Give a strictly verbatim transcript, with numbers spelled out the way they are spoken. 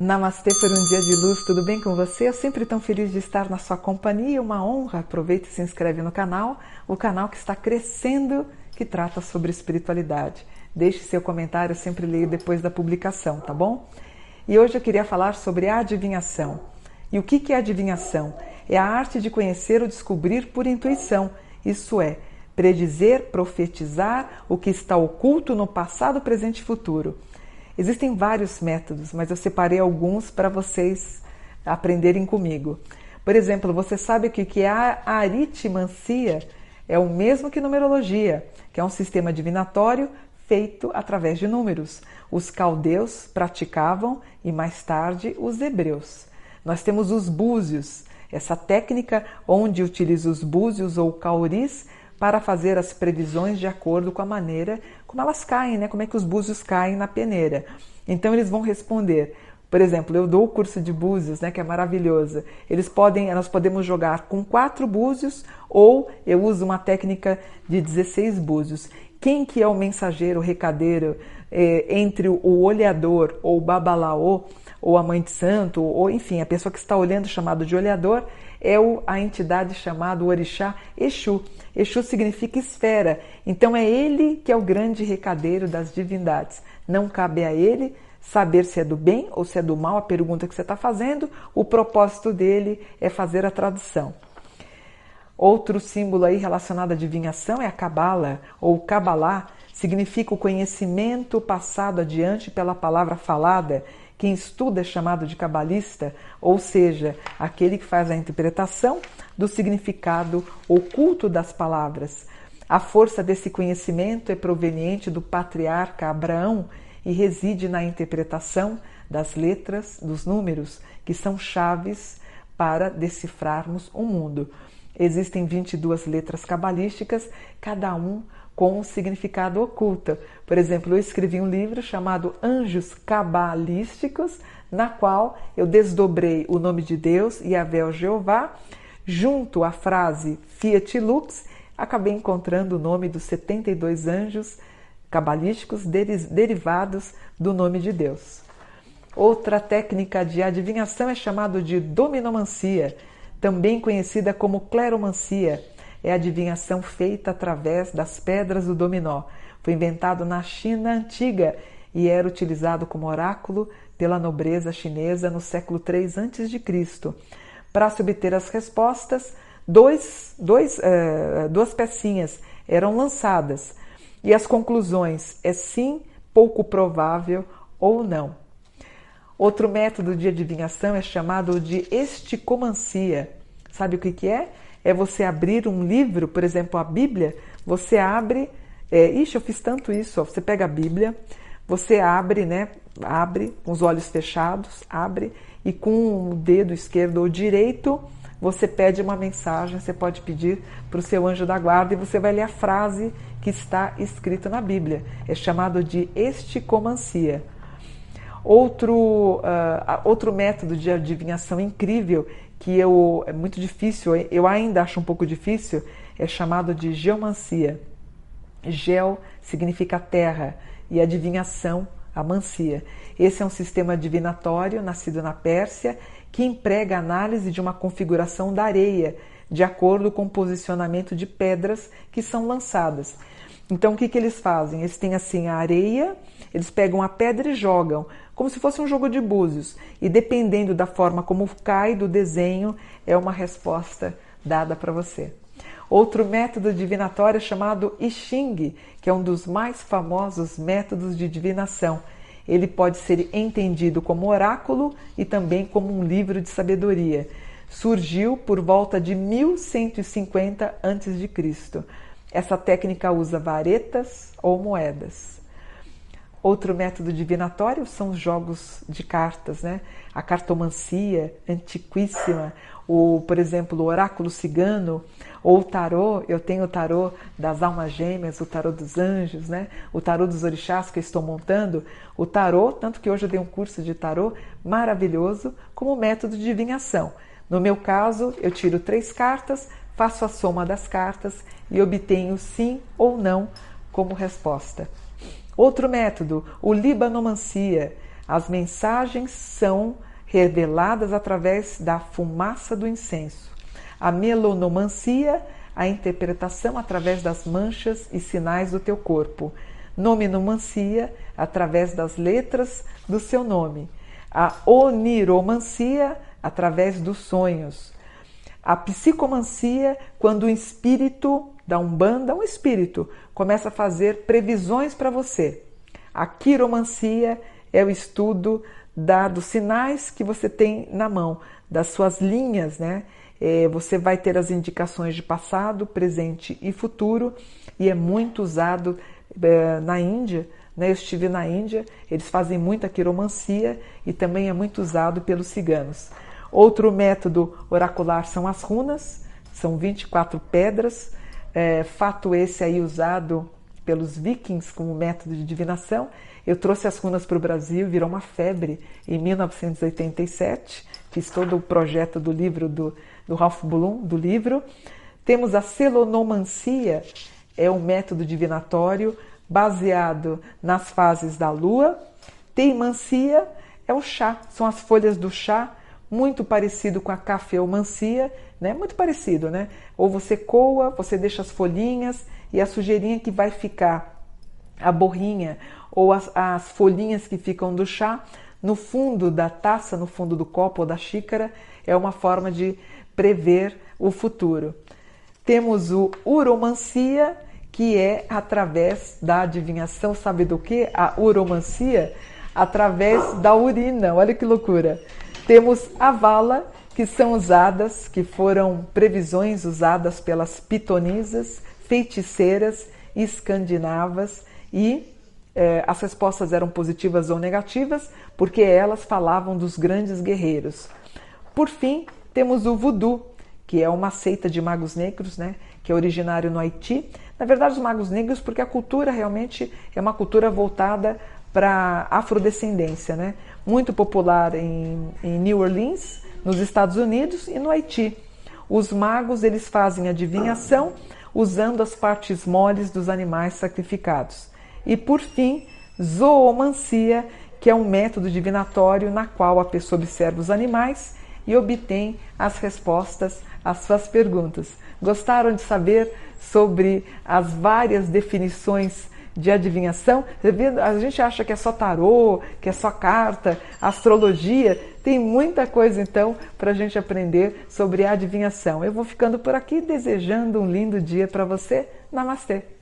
Namastê por um dia de luz, tudo bem com você? Eu sempre tão feliz de estar na sua companhia, uma honra. Aproveita e se inscreve no canal, o canal que está crescendo, que trata sobre espiritualidade. Deixe seu comentário, eu sempre leio depois da publicação, tá bom? E hoje eu queria falar sobre a adivinhação. E o que é adivinhação? É a arte de conhecer ou descobrir por intuição, isso é, predizer, profetizar o que está oculto no passado, presente e futuro. Existem vários métodos, mas eu separei alguns para vocês aprenderem comigo. Por exemplo, você sabe que, que a aritmancia é o mesmo que numerologia, que é um sistema divinatório feito através de números. Os caldeus praticavam e mais tarde os hebreus. Nós temos os búzios, essa técnica onde utiliza os búzios ou cauris para fazer as previsões de acordo com a maneira como elas caem, né? Como é que os búzios caem na peneira. Então eles vão responder. Por exemplo, eu dou o curso de búzios, né, que é maravilhoso. Eles podem, nós podemos jogar com quatro búzios ou eu uso uma técnica de dezesseis búzios. Quem que é o mensageiro, o recadeiro é, entre o olhador ou o babalaô ou a mãe de santo, ou enfim, a pessoa que está olhando, chamado de olhador, é o, a entidade chamada o orixá Exu. Exu significa esfera, então é ele que é o grande recadeiro das divindades. Não cabe a ele saber se é do bem ou se é do mal, a pergunta que você está fazendo, o propósito dele é fazer a tradução. Outro símbolo aí relacionado à adivinhação é a Cabala, ou Cabalá, significa o conhecimento passado adiante pela palavra falada. Quem estuda é chamado de cabalista, ou seja, aquele que faz a interpretação do significado oculto das palavras. A força desse conhecimento é proveniente do patriarca Abraão e reside na interpretação das letras, dos números, que são chaves para decifrarmos o mundo. Existem vinte e duas letras cabalísticas, cada um com um significado oculto. Por exemplo, eu escrevi um livro chamado Anjos Cabalísticos, na qual eu desdobrei o nome de Deus, Yahvé ou Jeová, junto à frase Fiat Lux, acabei encontrando o nome dos setenta e dois anjos cabalísticos derivados do nome de Deus. Outra técnica de adivinhação é chamada de dominomancia, também conhecida como cleromancia. É a adivinhação feita através das pedras do dominó. Foi inventado na China antiga e era utilizado como oráculo pela nobreza chinesa no século três antes de Cristo. Para se obter as respostas, dois, dois, uh, duas pecinhas eram lançadas e as conclusões é sim, pouco provável ou não. Outro método de adivinhação é chamado de esticomancia. Sabe o que que é? É você abrir um livro, por exemplo, a Bíblia, você abre, é, ixi, eu fiz tanto isso, ó, você pega a Bíblia, você abre, né, abre com os olhos fechados, abre, e com o dedo esquerdo ou direito, você pede uma mensagem, você pode pedir para o seu anjo da guarda e você vai ler a frase que está escrita na Bíblia. É chamado de esticomancia. Outro, uh, outro método de adivinhação incrível, que eu, é muito difícil, eu ainda acho um pouco difícil, é chamado de geomancia. Geo significa terra e adivinhação, a mancia. Esse é um sistema divinatório nascido na Pérsia que emprega a análise de uma configuração da areia de acordo com o posicionamento de pedras que são lançadas. Então o que, que eles fazem? Eles têm assim a areia, eles pegam a pedra e jogam, como se fosse um jogo de búzios. E dependendo da forma como cai do desenho, é uma resposta dada para você. Outro método divinatório é chamado I Ching, que é um dos mais famosos métodos de divinação. Ele pode ser entendido como oráculo e também como um livro de sabedoria. Surgiu por volta de mil cento e cinquenta antes de Cristo. Essa técnica usa varetas ou moedas. Outro método divinatório são os jogos de cartas, né? A cartomancia, antiquíssima, o, por exemplo, o oráculo cigano, ou o tarô. Eu tenho o tarô das almas gêmeas, o tarô dos anjos, né? O tarô dos orixás que eu estou montando. O tarô, tanto que hoje eu dei um curso de tarô maravilhoso como método de adivinhação. No meu caso, eu tiro três cartas, faço a soma das cartas e obtenho sim ou não como resposta. Outro método, o libanomancia. As mensagens são reveladas através da fumaça do incenso. A melonomancia, a interpretação através das manchas e sinais do teu corpo. Nominomancia, através das letras do seu nome. A oniromancia, através dos sonhos. A psicomancia, quando o espírito da Umbanda, um espírito, começa a fazer previsões para você. A quiromancia é o estudo da, dos sinais que você tem na mão, das suas linhas, né? É, você vai ter as indicações de passado, presente e futuro, e é muito usado é, na Índia, né? Eu estive na Índia, eles fazem muita quiromancia e também é muito usado pelos ciganos. Outro método oracular são as runas, são vinte e quatro pedras, é, fato esse aí usado pelos vikings como método de divinação. Eu trouxe as runas para o Brasil, virou uma febre em mil novecentos e oitenta e sete, fiz todo o projeto do livro do, do Ralph Blum, do livro. Temos a celonomancia, é um método divinatório baseado nas fases da lua. Teimancia é o chá, são as folhas do chá, muito parecido com a cafeomancia, né? Muito parecido, né? Ou você coa, você deixa as folhinhas e a sujeirinha que vai ficar, a borrinha ou as, as folhinhas que ficam do chá, no fundo da taça, no fundo do copo ou da xícara, é uma forma de prever o futuro. Temos o uromancia, que é através da adivinhação, sabe do que? A uromancia, através da urina, olha que loucura. Temos a vala, que são usadas, que foram previsões usadas pelas pitonisas, feiticeiras escandinavas, e eh, as respostas eram positivas ou negativas, porque elas falavam dos grandes guerreiros. Por fim, temos o voodoo, que é uma seita de magos negros, né, que é originário no Haiti. Na verdade, os magos negros, porque a cultura realmente é uma cultura voltada para a afrodescendência, né? Muito popular em, em New Orleans, nos Estados Unidos e no Haiti. Os magos, eles fazem adivinhação usando as partes moles dos animais sacrificados. E por fim, zoomancia, que é um método divinatório na qual a pessoa observa os animais e obtém as respostas às suas perguntas. Gostaram de saber sobre as várias definições de adivinhação? A gente acha que é só tarô, que é só carta, astrologia. Tem muita coisa então para a gente aprender sobre a adivinhação. Eu vou ficando por aqui desejando um lindo dia para você. Namastê!